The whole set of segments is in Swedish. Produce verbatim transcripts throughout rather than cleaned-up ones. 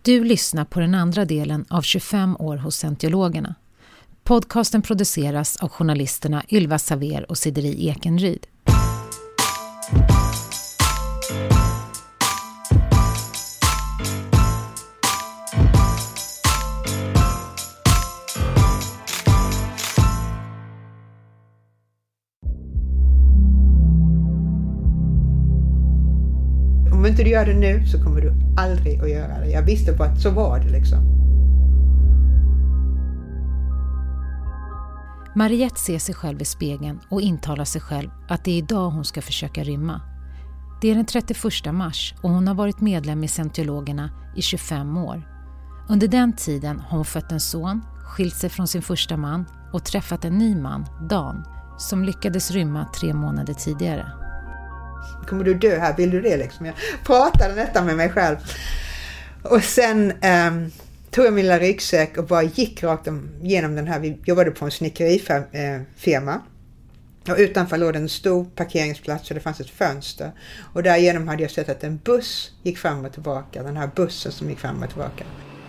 Du lyssnar på den andra delen av tjugofem år hos scientologerna. Podcasten produceras av journalisterna Ylva Saver och Sideri Ekenryd. Om inte du gör det nu så kommer du aldrig att göra det. Jag visste bara att så var det liksom. Mariette ser sig själv i spegeln och intalar sig själv att det är idag hon ska försöka rymma. Det är den trettioförsta mars och hon har varit medlem i scientologerna i tjugofem år. Under den tiden har hon fött en son, skilt sig från sin första man och träffat en ny man, Dan, som lyckades rymma tre månader tidigare. Kommer du dö här? Vill du det liksom? Jag pratade detta med mig själv. Och sen um, tog jag min lilla ryggsäck och bara gick rakt genom den här. Vi jobbade på en snickerifirma. Och utanför låg en stor parkeringsplats och det fanns ett fönster. Och därigenom hade jag sett att en buss gick fram och tillbaka. Den här bussen som gick fram och tillbaka.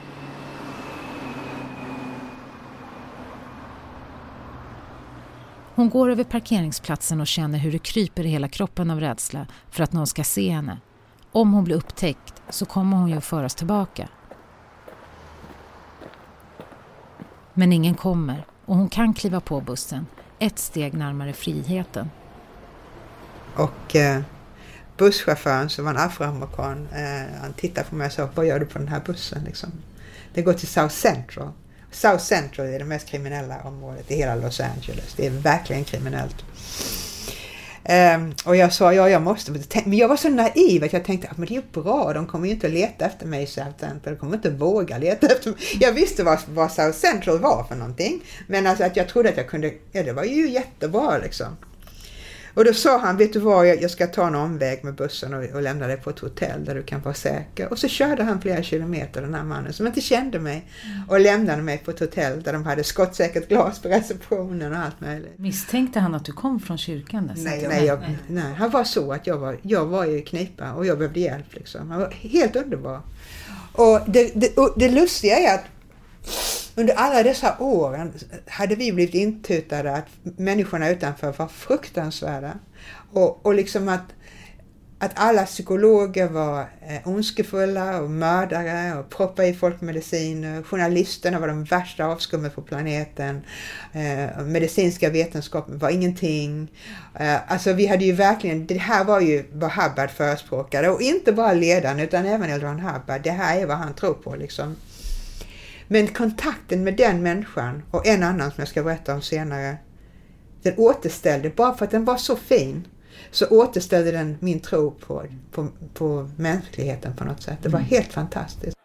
Hon går över parkeringsplatsen och känner hur det kryper i hela kroppen av rädsla för att någon ska se henne. Om hon blir upptäckt så kommer hon ju att föras tillbaka. Men ingen kommer och hon kan kliva på bussen, ett steg närmare friheten. Och eh, busschauffören som var en afroamerikan, eh, han tittade på mig och sa, vad gör du på den här bussen liksom? Det går till South Central. South Central är det mest kriminella området i hela Los Angeles. Det är verkligen kriminellt. Um, och jag sa, ja jag måste. Men jag var så naiv att jag tänkte, att men det är ju bra. De kommer ju inte att leta efter mig i South Central. De kommer inte att våga leta efter mig. Jag visste vad, vad South Central var för någonting. Men alltså att jag trodde att jag kunde, ja det var ju jättebra liksom. Och då sa han, vet du vad, jag ska ta en omväg med bussen och, och lämna dig på ett hotell där du kan vara säker. Och så körde han flera kilometer, den här mannen som inte kände mig, och lämnade mig på ett hotell där de hade skottsäkert glas på receptionen och allt möjligt. Misstänkte han att du kom från kyrkan? Nej, nej, jag, nej, han var så att jag var, jag var i knipa och jag behövde hjälp liksom. Han var helt underbar. Och det, det, och det lustiga är att under alla dessa åren hade vi blivit intutade att människorna utanför var fruktansvärda. Och, och liksom att, att alla psykologer var eh, ondskefulla och mördare och proppade i folkmedicin. Journalisterna var de värsta avskummet på planeten. Eh, medicinska vetenskapen var ingenting. Eh, alltså vi hade ju verkligen, det här var ju vad Hubbard förespråkade. Och inte bara ledaren utan även L. Ron Hubbard. Det här är vad han tror på liksom. Men kontakten med den människan och en annan som jag ska berätta om senare, den återställde, bara för att den var så fin, så återställde den min tro på, på, på mänskligheten på något sätt. Det var helt fantastiskt.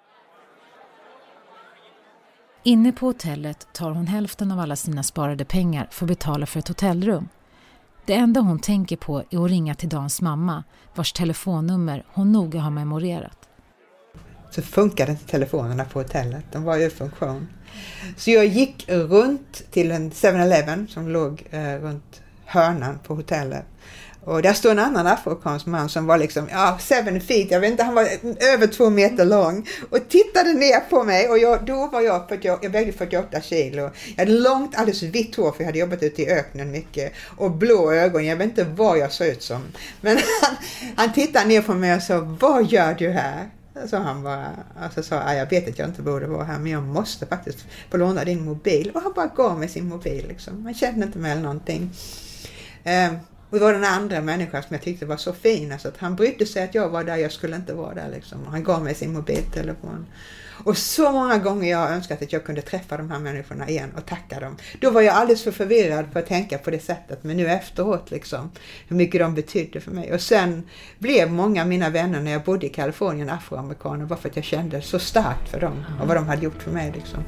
Inne på hotellet tar hon hälften av alla sina sparade pengar för att betala för ett hotellrum. Det enda hon tänker på är att ringa till Dans mamma, vars telefonnummer hon noga har memorerat. Så funkade inte telefonerna på hotellet. De var ur funktion. Så jag gick runt till en seven eleven som låg eh, runt hörnan på hotellet. Och där stod en annan afrokansk man som var liksom, ja, seven feet, jag vet inte, han var över två meter lång. Och tittade ner på mig och jag, då var jag, jag, jag vägde fyrtioåtta kilo. Jag hade långt, alldeles vitt hår för jag hade jobbat ute i öknen mycket. Och blå ögon, jag vet inte vad jag såg ut som. Men han, han tittade ner på mig och sa, vad gör du här? Så han bara, alltså sa, jag vet att jag inte borde vara här, men jag måste faktiskt få låna din mobil. Och han bara gav mig sin mobil liksom. Man kände inte med någonting. Um, och det var den andra människan som jag tyckte var så fin. Alltså att han brydde sig att jag var där, jag skulle inte vara där liksom. Och han gav mig sin mobiltelefon. Och så många gånger jag har önskat att jag kunde träffa de här människorna igen och tacka dem. Då var jag alldeles för förvirrad för att tänka på det sättet. Men nu efteråt liksom, hur mycket de betydde för mig. Och sen blev många av mina vänner när jag bodde i Kalifornien afroamerikaner. Bara för att jag kände så starkt för dem och vad de hade gjort för mig liksom.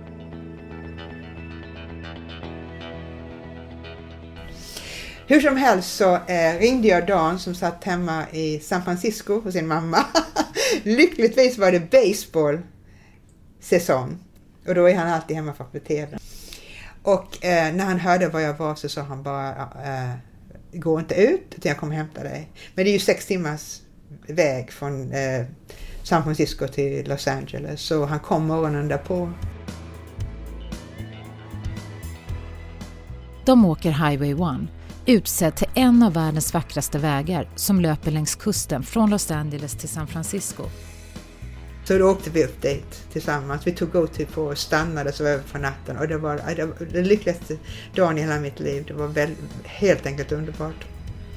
Hur som helst så eh, ringde jag Dan som satt hemma i San Francisco hos sin mamma. Lyckligtvis var det baseball-säsong. Och då är han alltid hemma för att T V. Och eh, när han hörde vad jag var så sa han bara, eh, gå inte ut utan jag kommer hämta dig. Men det är ju sex timmars väg från eh, San Francisco till Los Angeles. Så han kom morgonen därpå. De åker Highway one, utsedd till en av världens vackraste vägar som löper längs kusten från Los Angeles till San Francisco. Så då åkte vi upp dit tillsammans. Vi tog god tid på och stannade så över för natten. Och det var, det var den lyckligaste dagen i hela mitt liv. Det var väl, helt enkelt underbart.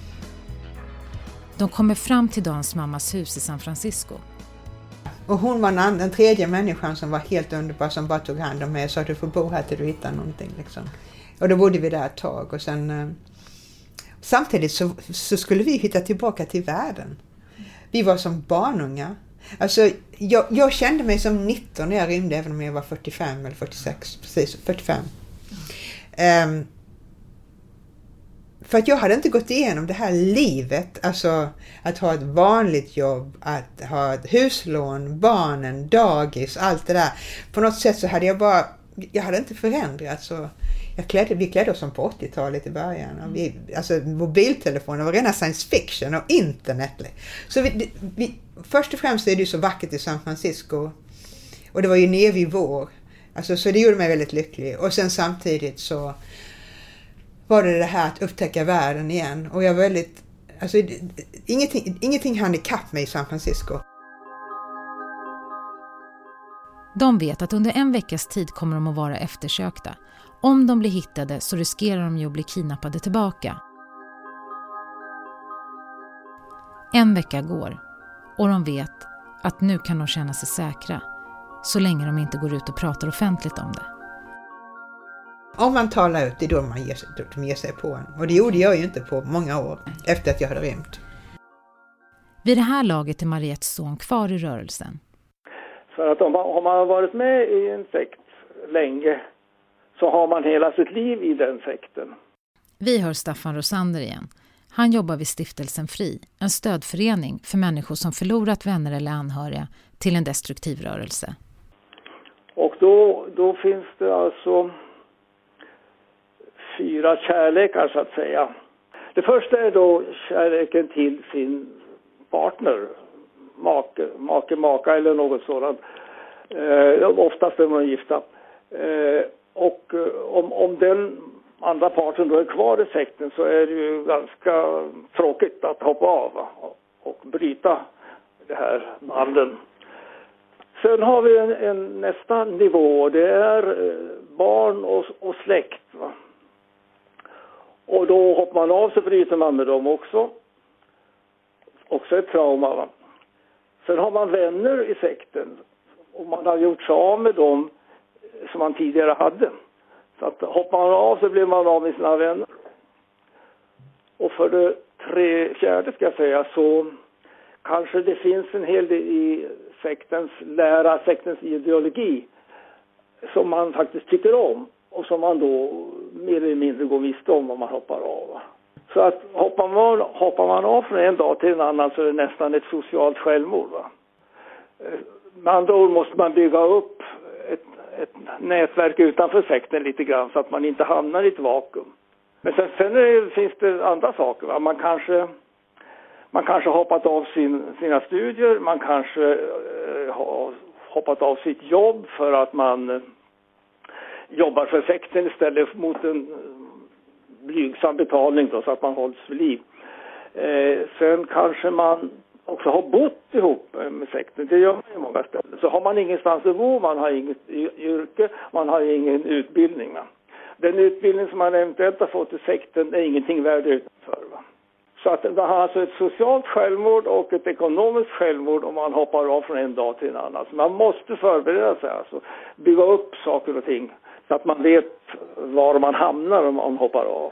De kommer fram till Dans mammas hus i San Francisco. Och hon var den, den tredje människan som var helt underbar, som bara tog hand om mig och sa att du får bo här till du hittar någonting. Liksom. Och då bodde vi där ett tag. Och sen, eh, samtidigt så, så skulle vi hitta tillbaka till världen. Vi var som barnunga. Alltså, jag, jag kände mig som nitton när jag rymde, även om jag var fyrtiofem eller fyrtiosex. Precis, fyrtiofem. Mm. Um, för att jag hade inte gått igenom det här livet. Alltså att ha ett vanligt jobb, att ha ett huslån, barnen, dagis, allt det där. På något sätt så hade jag bara, jag hade inte förändrats. Så jag klädde, vi klädde oss som på åttiotalet i början. Och vi, alltså mobiltelefoner var rena science fiction och internet. Så vi, vi, först och främst är det ju så vackert i San Francisco. Och det var ju nere vid vår. Alltså, så det gjorde mig väldigt lycklig. Och sen samtidigt så var det det här att upptäcka världen igen. Och jag var väldigt, alltså ingenting, ingenting hann ikapp mig i San Francisco. De vet att under en veckas tid kommer de att vara eftersökta. Om de blir hittade så riskerar de ju att bli kidnappade tillbaka. En vecka går och de vet att nu kan de känna sig säkra så länge de inte går ut och pratar offentligt om det. Om man talar ut, det är då man ger sig, då de ger sig på en. Och det gjorde jag ju inte på många år efter att jag hade rymt. Vid det här laget är Mariettes son kvar i rörelsen. För att om man, om man har varit med i en sekt länge så har man hela sitt liv i den sekten. Vi hör Staffan Rosander igen. Han jobbar vid Stiftelsen Fri, en stödförening för människor som förlorat vänner eller anhöriga till en destruktiv rörelse. Och då, då finns det alltså fyra kärlekar så att säga. Det första är då kärleken till sin partner, make, make maka eller något sådant. Eh, oftast är man gifta. Eh, och om, om den andra parten då är kvar i sekten så är det ju ganska tråkigt att hoppa av och, och bryta det här banden. Sen har vi en, en nästa nivå, det är barn och, och släkt. Va? Och då hoppar man av så bryter man med dem också. Också ett trauma. Va? Sen har man vänner i sekten och man har gjort sig av med dem som man tidigare hade. Så att hoppar man av så blir man av med sina vänner. Och för det tre, fjärde ska jag säga så kanske det finns en hel del i sektens lära, sektens ideologi som man faktiskt tycker om och som man då mer eller mindre går miste om om man hoppar av. Så att hoppar man, hoppar man av från en dag till en annan så är det nästan ett socialt självmord. Va? Med andra ord måste man bygga upp ett, ett nätverk utanför sekten lite grann så att man inte hamnar i ett vakuum. Men sen, sen det, finns det andra saker. Va? Man kanske man kanske hoppat av sin, sina studier, man kanske eh, har hoppat av sitt jobb för att man eh, jobbar för sekten istället mot en blygsam betalning då, så att man hålls vid liv. Eh, sen kanske man också har bott ihop med sekten. Det gör man i många ställen. Så har man ingenstans att bo, man har inget yrke, man har ingen utbildning. Va? Den utbildning som man eventuellt har fått i sekten är ingenting värd utanför. Va? Så att det har alltså ett socialt självmord och ett ekonomiskt självmord om man hoppar av från en dag till en annan. Så man måste förbereda sig, alltså bygga upp saker och ting så att man vet var man hamnar om man hoppar av.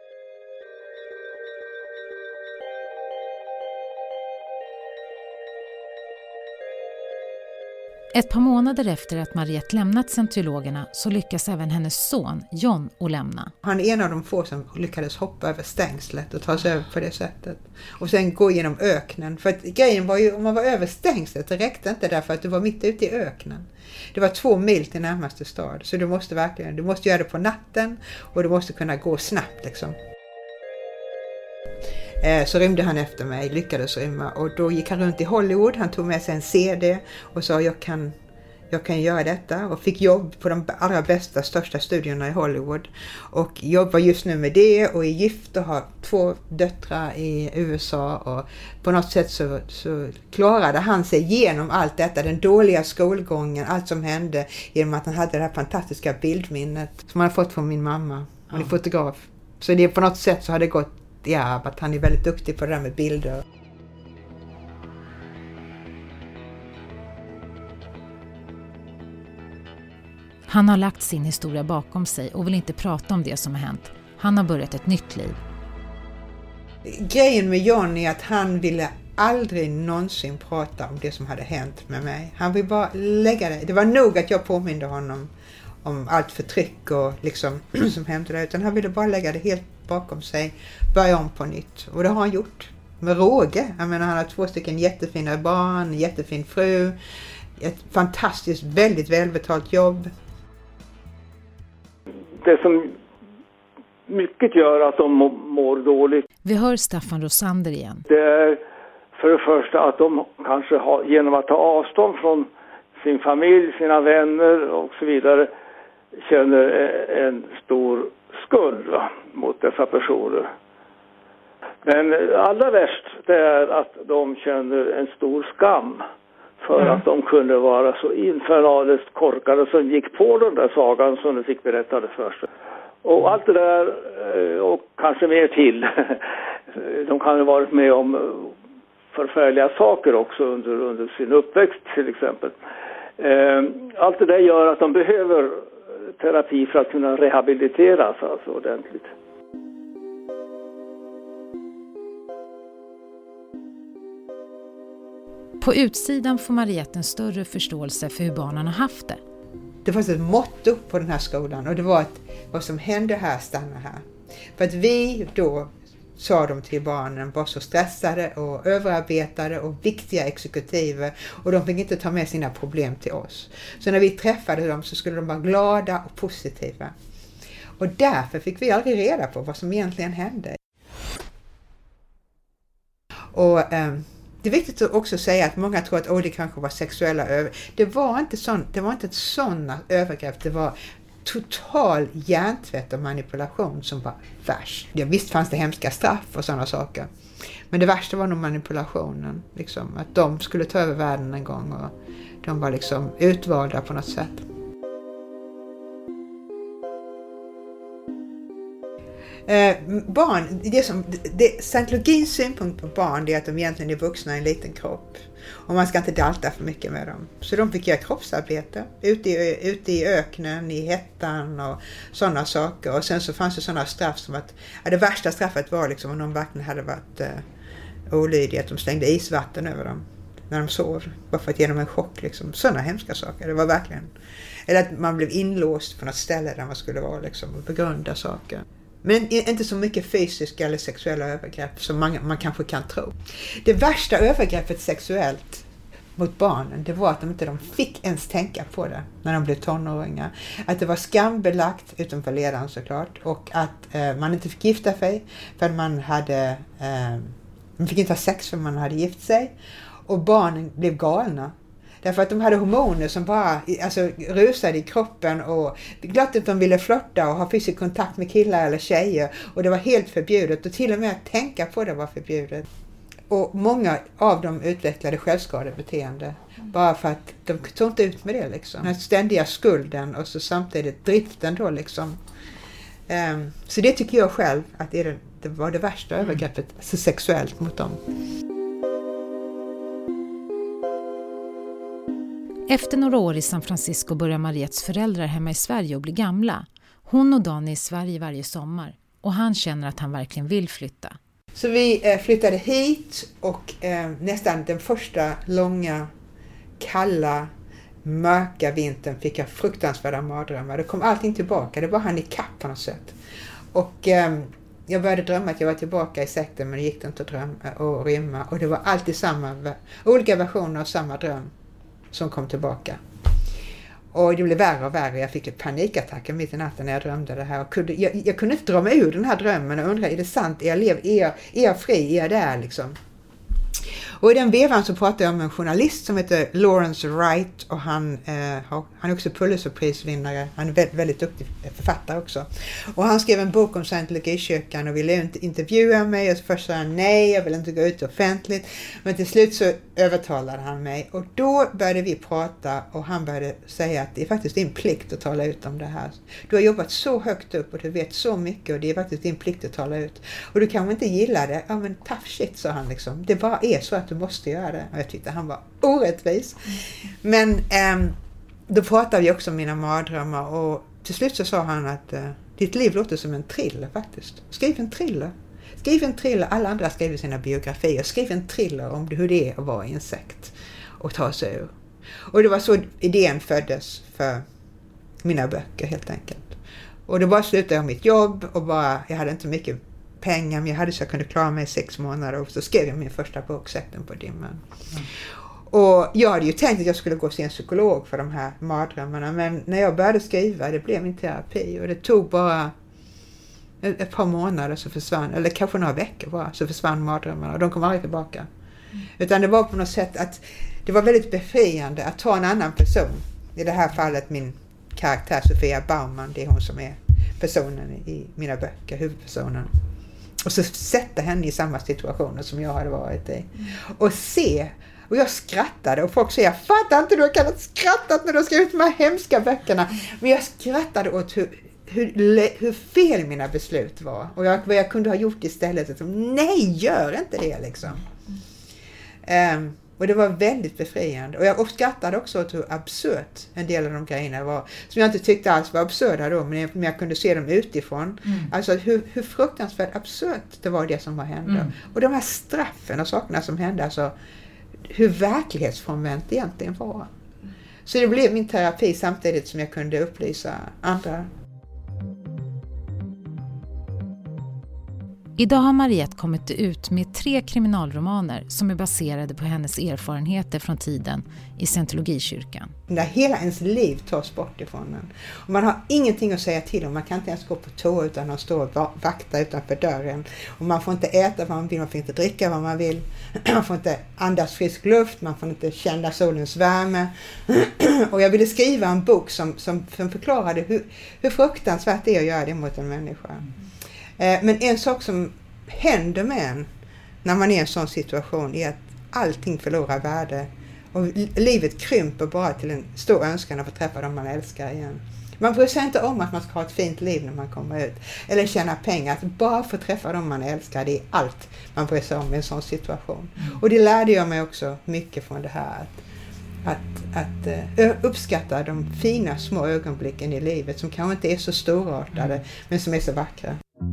Ett par månader efter att Mariette lämnat scientologerna så lyckas även hennes son John att lämna. Han är en av de få som lyckades hoppa över stängslet och ta sig över på det sättet. Och sen gå genom öknen. För att grejen var ju, om man var över stängslet, det räckte inte därför att du var mitt ute i öknen. Det var två mil till närmaste stad. Så du måste verkligen, du måste göra det på natten och du måste kunna gå snabbt liksom. Eh, så rymde han efter mig, lyckades rymma. Och då gick han runt i Hollywood, han tog med sig en C D och sa jag kan, jag kan göra detta. Och fick jobb på de allra bästa, största studierna i Hollywood. Och jobbar just nu med det och är gift och har två döttrar i U S A. Och på något sätt så, så klarade han sig genom allt detta, den dåliga skolgången, allt som hände genom att han hade det här fantastiska bildminnet som han har fått från min mamma. Han är Ja. fotograf. Så det på något sätt så har det gått, ja, att han är väldigt duktig på det där med bilder. Han har lagt sin historia bakom sig och vill inte prata om det som har hänt. Han har börjat ett nytt liv. Grejen med John är att han ville aldrig någonsin prata om det som hade hänt med mig. Han ville bara lägga det. Det var nog att jag påminde honom om allt förtryck och liksom som hände där. Utan han ville bara lägga det helt bakom sig. Börja om på nytt. Och det har han gjort. Med råge. Jag menar, han har två stycken jättefina barn, en jättefin fru. Ett fantastiskt, väldigt välbetalt jobb. Det som mycket gör att de mår dåligt. Vi hör Staffan Rosander igen. Det är för det första att de kanske har, genom att ta avstånd från sin familj, sina vänner och så vidare, känner en stor skuld, va, mot dessa personer. Men allra värst det är att de känner en stor skam för mm. att de kunde vara så infernaliskt korkade som gick på den där sagan som de fick berättade först. Och allt det där, och kanske mer till, de kan ha varit med om förfärliga saker också under, under sin uppväxt till exempel. Allt det där gör att de behöver terapi för att kunna rehabiliteras alltså ordentligt. På utsidan får Mariette en större förståelse för hur barnen har haft det. Det fanns ett motto på den här skolan och det var att vad som händer här stannar här. För att vi då, sa de till barnen, var så stressade och överarbetade och viktiga exekutiver och de fick inte ta med sina problem till oss. Så när vi träffade dem så skulle de vara glada och positiva. Och därför fick vi aldrig reda på vad som egentligen hände. Och um, det är viktigt att också säga att många tror att oh, det kanske var sexuella övergrepp. Det var inte sån, det var inte ett sådana övergrepp, det var total hjärntvätt och manipulation som var värst. Ja, visst fanns det hemska straff och sådana saker. Men det värsta var nog manipulationen. Liksom, att de skulle ta över världen en gång och de var liksom utvalda på något sätt. Eh, barn, det som, det, scientologins synpunkt på barn är att de egentligen är vuxna i en liten kropp. Och man ska inte dalta för mycket med dem. Så de fick göra kroppsarbete ute i, ute i öknen, i hettan och sådana saker. Och sen så fanns det sådana straff som att, ja, det värsta straffet var liksom om någon verkligen hade varit eh, olydig, att de slängde isvatten över dem när de sov. Bara för att ge dem en chock liksom. Sådana hemska saker, det var verkligen. Eller att man blev inlåst på något ställe där man skulle vara liksom och begrunda saker. Men inte så mycket fysiska eller sexuella övergrepp som man, man kanske kan tro. Det värsta övergreppet sexuellt mot barnen, det var att de inte de fick ens tänka på det när de blev tonåringar. Att det var skambelagt utanför ledaren såklart. Och att eh, man inte fick gifta sig för man hade... Eh, man fick inte ha sex för man hade gift sig. Och barnen blev galna. Därför att de hade hormoner som bara alltså, rusade i kroppen och det är klart att de ville flirta och ha fysisk kontakt med killar eller tjejer och det var helt förbjudet och till och med att tänka på det var förbjudet. Och många av dem utvecklade självskadebeteende bara för att de tog inte ut med det liksom. Den ständiga skulden och så samtidigt driften då liksom. Um, så det tycker jag själv att det, det var det värsta mm. övergreppet så sexuellt mot dem. Efter några år i San Francisco börjar Mariettes föräldrar hemma i Sverige och bli gamla. Hon och Dan är i Sverige varje sommar och han känner att han verkligen vill flytta. Så vi eh, flyttade hit och eh, nästan den första långa, kalla, mörka vintern fick jag fruktansvärda mardrömmar. Det kom allting tillbaka, det var han i kapp på något sätt. Och eh, jag började drömma att jag var tillbaka i sekten men det gick inte att drömma och rymma. Och det var alltid samma, olika versioner av samma dröm som kom tillbaka. Och det blev värre och värre. Jag fick ett panikattack mitt i natten när jag drömde det här. Och kunde, jag, jag kunde inte dra mig ur den här drömmen och undra, är det sant? Är jag, lev, är jag, är jag fri? Är jag där liksom? Och i den vevan så pratade jag med en journalist som heter Lawrence Wright, och han, eh, han är också Pulitzerprisvinnare. Han är väldigt, väldigt duktig författare också. Och han skrev en bok om scientologikyrkan och ville inte intervjua mig. Och först sa han nej, jag vill inte gå ut offentligt. Men till slut så övertalade han mig. Och då började vi prata och han började säga att det är faktiskt din plikt att tala ut om det här. Du har jobbat så högt upp och du vet så mycket och det är faktiskt din plikt att tala ut. Och du kanske inte gillar det. Ja men tough shit, sa han liksom. Det bara är så att du måste göra det. Och jag tyckte han var orättvis. Men eh, då pratade vi också om mina mardrömmar och till slut så sa han att eh, ditt liv låter som en thriller faktiskt. Skriv en thriller. Skriv en thriller. Alla andra skriver sina biografier. Skriv en thriller om hur det är att vara insekt och ta sig ur. Och det var så idén föddes för mina böcker helt enkelt. Och då bara slutade jag mitt jobb och bara, jag hade inte mycket pengar, men jag hade så jag kunde klara mig i sex månader och så skrev jag min första bok, Sekten på dimman. Mm. Och jag hade ju tänkt att jag skulle gå och se en psykolog för de här mardrömmarna, men när jag började skriva, det blev min terapi och det tog bara ett, ett par månader så försvann, eller kanske några veckor bara, så försvann mardrömmarna och de kom aldrig tillbaka. Mm. Utan det var på något sätt att det var väldigt befriande att ta en annan person, i det här fallet min karaktär Sofia Baumann, det är hon som är personen i mina böcker, huvudpersonen. Och så sätta henne i samma situationer som jag hade varit i. Mm. Och se, och jag skrattade och folk säger, jag fattar inte, du har kallat skrattat när du har skrivit de här hemska böckerna. Men jag skrattade åt hur, hur, hur fel mina beslut var. Och jag, vad jag kunde ha gjort istället. Att, nej, gör inte det liksom. Mm. Um, Och det var väldigt befriande. Och jag skrattade också åt hur absurt en del av de grejerna var. Som jag inte tyckte alls var absurda då. Men jag, men jag kunde se dem utifrån. Mm. Alltså hur, hur fruktansvärt absurt det var det som var hände. Mm. Och de här straffen och sakerna som hände. Alltså hur verklighetsfrånvänt det egentligen var. Så det blev min terapi samtidigt som jag kunde upplysa andra. Idag har Mariette kommit ut med tre kriminalromaner som är baserade på hennes erfarenheter från tiden i scientologikyrkan. Där hela ens liv tas bort ifrån en. Och man har ingenting att säga till om. Man kan inte ens gå på tå utan de står och vaktar utanför dörren. Och man får inte äta vad man vill, man får inte dricka vad man vill. Man får inte andas frisk luft, man får inte känna solens värme. Och jag ville skriva en bok som, som, som förklarade hur, hur fruktansvärt det är att göra det mot en människa. Men en sak som händer med en när man är i en sån situation är att allting förlorar värde och livet krymper bara till en stor önskan att få träffa dem man älskar igen. Man bryr sig inte om att man ska ha ett fint liv när man kommer ut eller tjäna pengar. Att bara få träffa dem man älskar, det är allt man bryr sig om i en sån situation. Mm. Och det lärde jag mig också mycket från det här. Att, att, att uppskatta de fina små ögonblicken i livet som kanske inte är så storartade mm. men som är så vackra.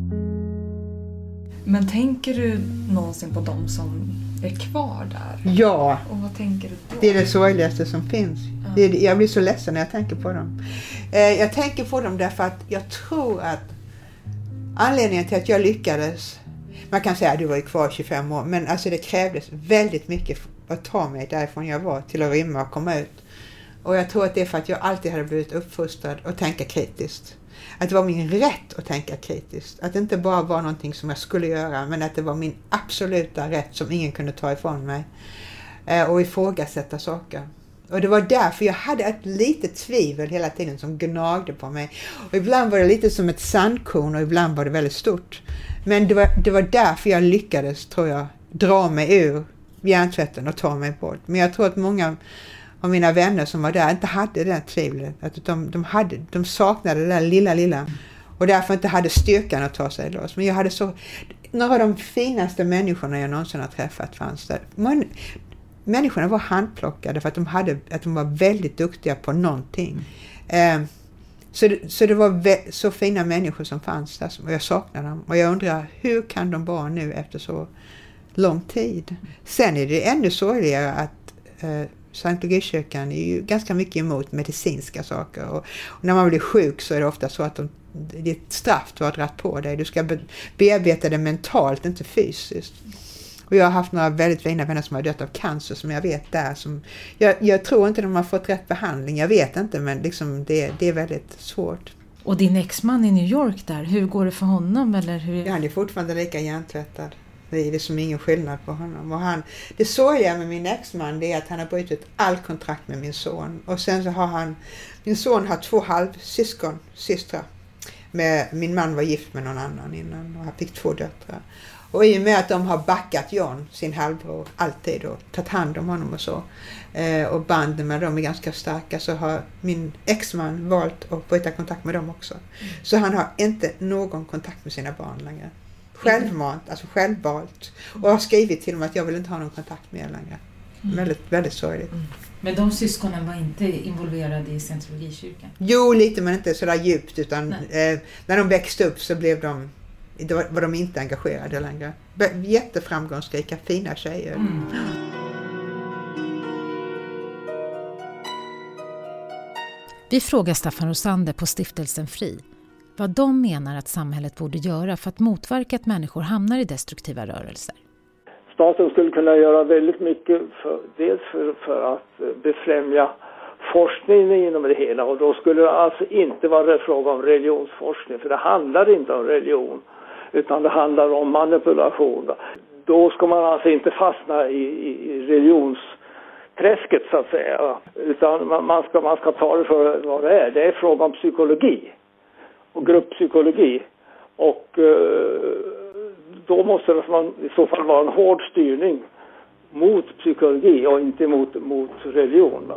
Men tänker du någonsin på dem som är kvar där? Ja. Och vad tänker du då? Det är det sorgligaste som finns. Ja. Det är, jag blir så ledsen när jag tänker på dem. Eh, jag tänker på dem därför att jag tror att anledningen till att jag lyckades, man kan säga att du var kvar tjugofem år, men alltså det krävdes väldigt mycket att ta mig därifrån jag var till att rymma och komma ut. Och jag tror att det är för att jag alltid hade blivit uppfostrad att tänka kritiskt. Att det var min rätt att tänka kritiskt. Att det inte bara var någonting som jag skulle göra, men att det var min absoluta rätt som ingen kunde ta ifrån mig. Eh, och ifrågasätta saker. Och det var därför jag hade ett litet tvivel hela tiden som gnagde på mig. Och ibland var det lite som ett sandkorn och ibland var det väldigt stort. Men det var, det var därför jag lyckades, tror jag, dra mig ur hjärntvätten och ta mig bort. Men jag tror att många av mina vänner som var där inte hade det tvivlet. Att de, de, hade, de saknade det där lilla, lilla. Och därför inte hade styrkan att ta sig loss. Men jag hade så... Några av de finaste människorna jag någonsin har träffat fanns där. Man, människorna var handplockade för att de, hade, att de var väldigt duktiga på någonting. Mm. Eh, så, det, så det var vä- så fina människor som fanns där. Och jag saknade dem. Och jag undrar, hur kan de vara nu efter så lång tid? Sen är det ännu sorgligare att... Eh, Scientologikyrkan är ju ganska mycket emot medicinska saker och, och när man blir sjuk så är det ofta så att de, det är ett straff du har dragit på dig. Du ska be, bearbeta det mentalt, inte fysiskt. Och jag har haft några väldigt fina vänner som har dött av cancer som jag vet där. Som, jag, jag tror inte de har fått rätt behandling, jag vet inte, men liksom det, det är väldigt svårt. Och din exman i New York där, hur går det för honom? Eller hur? Ja, han är fortfarande lika hjärntvättad. Det är liksom ingen skillnad på honom. Och han, det sorgliga med min exman det är att han har brutit all kontrakt med min son. Och sen så har han, min son har två halvsyskon, systrar. Med, min man var gift med någon annan innan och han fick två döttrar. Och i och med att de har backat John, sin halvbror, alltid och tagit hand om honom och så. Eh, och banden med dem är ganska starka, så har min exman valt att bryta kontakt med dem också. Mm. Så han har inte någon kontakt med sina barn längre. Självmant, mm. alltså självvalt. Och har skrivit till dem att jag vill inte ha någon kontakt med er längre. Mm. Väldigt, väldigt sorgligt. Mm. Men de syskonen var inte involverade i scientologikyrkan? Jo, lite, men inte sådär djupt. Utan eh, när de växte upp så blev de, då var de inte engagerade längre. Jätteframgångsrika, fina tjejer. Mm. Vi frågar Staffan Rosander på Stiftelsen Fri vad de menar att samhället borde göra för att motverka att människor hamnar i destruktiva rörelser. Staten skulle kunna göra väldigt mycket, för, dels för, för att befrämja forskningen inom det hela. Och då skulle det alltså inte vara fråga om religionsforskning, för det handlar inte om religion, utan det handlar om manipulation. Då ska man alltså inte fastna i, i religionsträsket så att säga, utan man, man, ska, man ska ta det för vad det är. Det är fråga om psykologi och grupppsykologi. Och eh, då måste det i så fall vara en hård styrning mot psykologi och inte mot, mot religion.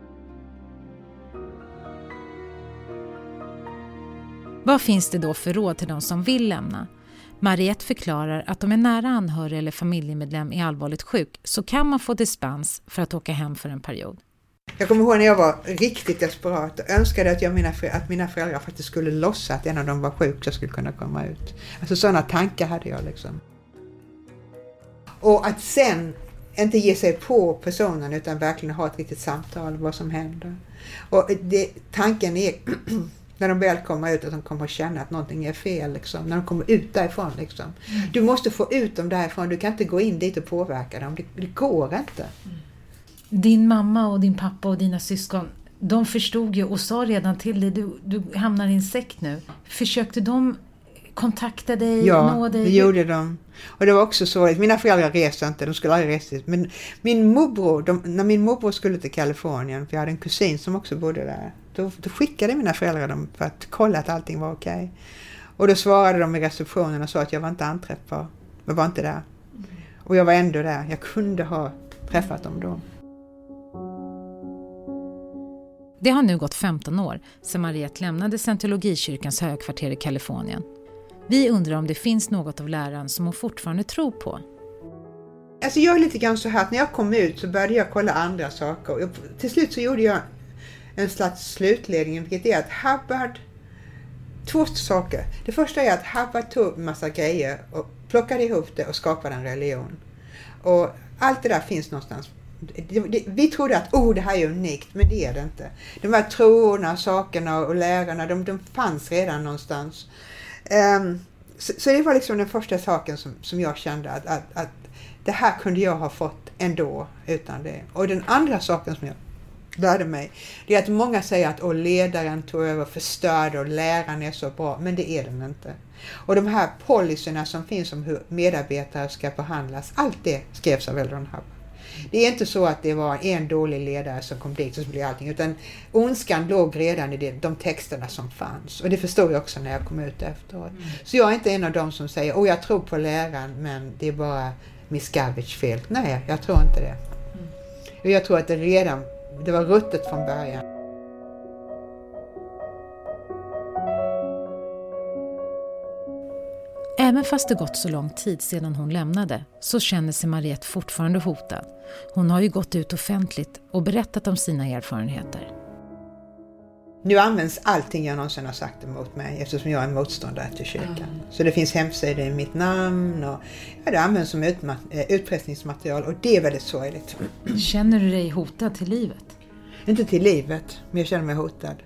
Vad finns det då för råd till de som vill lämna? Mariette förklarar att om en nära anhörig eller familjemedlem är allvarligt sjuk så kan man få dispens för att åka hem för en period. Jag kommer ihåg när jag var riktigt desperat och önskade att, jag mina, att mina föräldrar faktiskt skulle lossa att en av dem var sjuk så skulle kunna komma ut. Alltså sådana tankar hade jag liksom. Och att sen inte ge sig på personen utan verkligen ha ett riktigt samtal om vad som händer. Och det, tanken är när de väl kommer ut att de kommer att känna att någonting är fel liksom. När de kommer ut därifrån liksom. Mm. Du måste få ut dem därifrån. Du kan inte gå in dit och påverka dem. Det, det går inte. Mm. Din mamma och din pappa och dina syskon, de förstod ju och sa redan till dig, du, du hamnar i en sekt nu. Försökte de kontakta dig, ja, nå dig? Ja, det gjorde de. Och det var också så att mina föräldrar reste inte, de skulle aldrig resa. Men min morbror, de, när min morbror skulle till Kalifornien, för jag hade en kusin som också bodde där, då, då skickade mina föräldrar dem för att kolla att allting var okej. Okay. Och då svarade de i receptionen och sa att jag var inte anträffbar. Jag var inte där. Mm. Och jag var ändå där. Jag kunde ha träffat dem då. Det har nu gått femton år sedan Mariette lämnade Scientologikyrkans högkvarter i Kalifornien. Vi undrar om det finns något av läran som hon fortfarande tror på. Alltså jag är lite grann så här att när jag kom ut så började jag kolla andra saker. Och till slut så gjorde jag en slags slutledning, vilket är att Hubbard, två saker. Det första är att Hubbard tog en massa grejer och plockade ihop det och skapade en religion. Och allt det där finns någonstans. Det, det, vi trodde att oh, det här är unikt, men det är det inte. De här troerna, sakerna och lärarna, de, de fanns redan någonstans. Um, så, så det var liksom den första saken som, som jag kände att, att, att det här kunde jag ha fått ändå utan det. Och den andra saken som jag lärde mig, det är att många säger att oh, ledaren tog över, förstörde och läraren är så bra, men det är den inte. Och de här policyerna som finns om hur medarbetare ska behandlas, allt det skrevs av L. Ron Hubbard. Det är inte så att det var en dålig ledare som kom dit och så blev allting, utan ondskan låg redan i det, de texterna som fanns. Och det förstod jag också när jag kom ut efteråt. Mm. Så jag är inte en av dem som säger, åh jag tror på läraren men det är bara Miscavige fel. Nej, jag tror inte det. Mm. Jag tror att det redan, det var ruttet från början. Även fast det gått så lång tid sedan hon lämnade så känner sig Mariette fortfarande hotad. Hon har ju gått ut offentligt och berättat om sina erfarenheter. Nu används allting jag någonsin har sagt emot mig eftersom jag är motståndare till kyrkan. Mm. Så det finns hemsidor i mitt namn och ja, det används som utma- utpressningsmaterial och det är väldigt sorgligt. Känner du dig hotad till livet? Inte till livet, men jag känner mig hotad.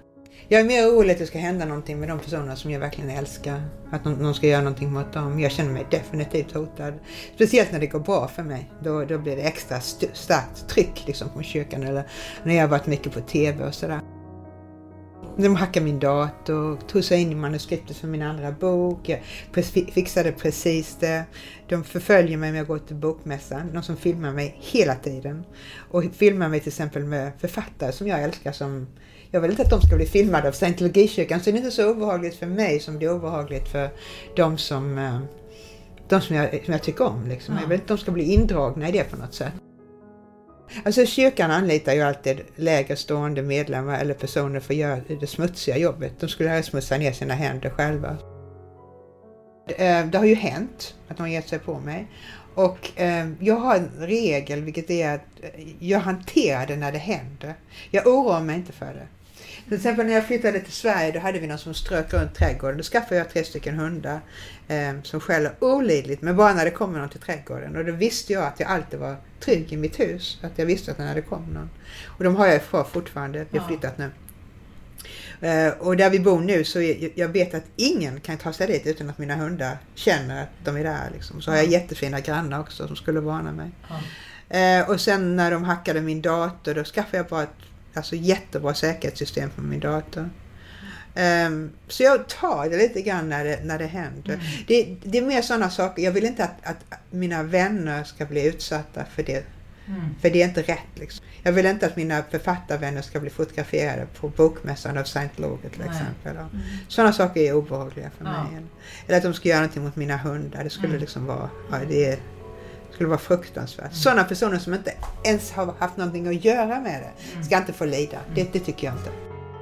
Jag är mer orolig att det ska hända någonting med de personer som jag verkligen älskar. Att någon, någon ska göra någonting mot dem. Jag känner mig definitivt hotad. Speciellt när det går bra för mig. Då, då blir det extra st- starkt tryck liksom, från kyrkan. Eller när jag har varit mycket på tv och sådär. De hackade min dator, tog sig in i manuskriptet för min andra bok. Jag fixade precis det. De förföljer mig när jag går till bokmässan. De som filmar mig hela tiden. Och filmar mig till exempel med författare som jag älskar. Som, jag vill inte att de ska bli filmade av Scientologikyrkan. Så det är inte så obehagligt för mig som det är obehagligt för de som, de som, jag, som jag tycker om. Liksom. Jag vill inte att de ska bli indragna i det på något sätt. Alltså kyrkan anlitar ju alltid lägre stående medlemmar eller personer för att göra det smutsiga jobbet. De skulle ha smutsa ner sina händer själva. Det har ju hänt att de gett sig på mig. Och eh, jag har en regel, vilket är att jag hanterar det när det händer. Jag oroar mig inte för det. Till exempel när jag flyttade till Sverige, då hade vi någon som strök runt trädgården. Då skaffade jag tre stycken hundar eh, som skäller olidligt, men bara när det kommer någon till trädgården. Och då visste jag att jag alltid var trygg i mitt hus. Att jag visste att när det kom någon. Och de har jag kvar fortfarande, jag har flyttat nu. Eh, och där vi bor nu så är, jag vet att ingen kan ta sig dit utan att mina hundar känner att de är där. Liksom. Så har jag jättefina grannar också som skulle varna mig. Mm. Eh, och sen när de hackade min dator, då skaffade jag bara ett alltså, jättebra säkerhetssystem på min dator. Um, så jag tar det lite grann när det, när det händer. Mm. Det, det är mer sådana saker. Jag vill inte att, att mina vänner ska bli utsatta för det. Mm. För det är inte rätt. Liksom. Jag vill inte att mina författarvänner ska bli fotograferade på bokmässan av Scientologer till exempel. Mm. Sådana saker är obehagliga för ja. mig. Eller att de ska göra någonting mot mina hundar. Det skulle mm. liksom vara... Ja, det skulle vara fruktansvärt. Mm. Sådana personer som inte ens har haft någonting att göra med det ska inte få lida. Mm. Det, det tycker jag inte.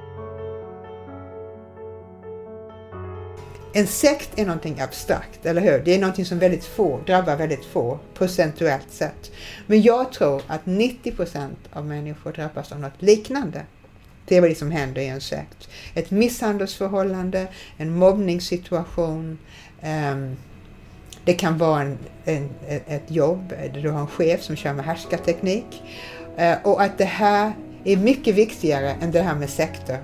En sekt är någonting abstrakt, eller hur? Det är någonting som väldigt få, drabbar väldigt få, procentuellt sett. Men jag tror att nittio procent av människor drabbas av något liknande. Det är vad som händer i en sekt. Ett misshandelsförhållande, en mobbningssituation. Um, det kan vara en, en, ett jobb där du har en chef som kör med härskarteknik. Uh, och att det här är mycket viktigare än det här med sekter.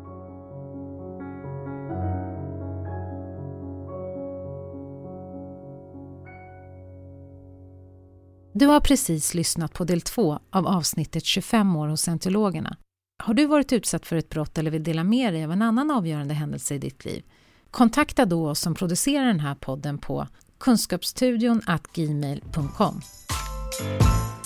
Du har precis lyssnat på del två av avsnittet tjugofem år hos Scientologerna. Har du varit utsatt för ett brott eller vill dela med dig av en annan avgörande händelse i ditt liv? Kontakta då oss som producerar den här podden på kunskapsstudion at gmail punkt com.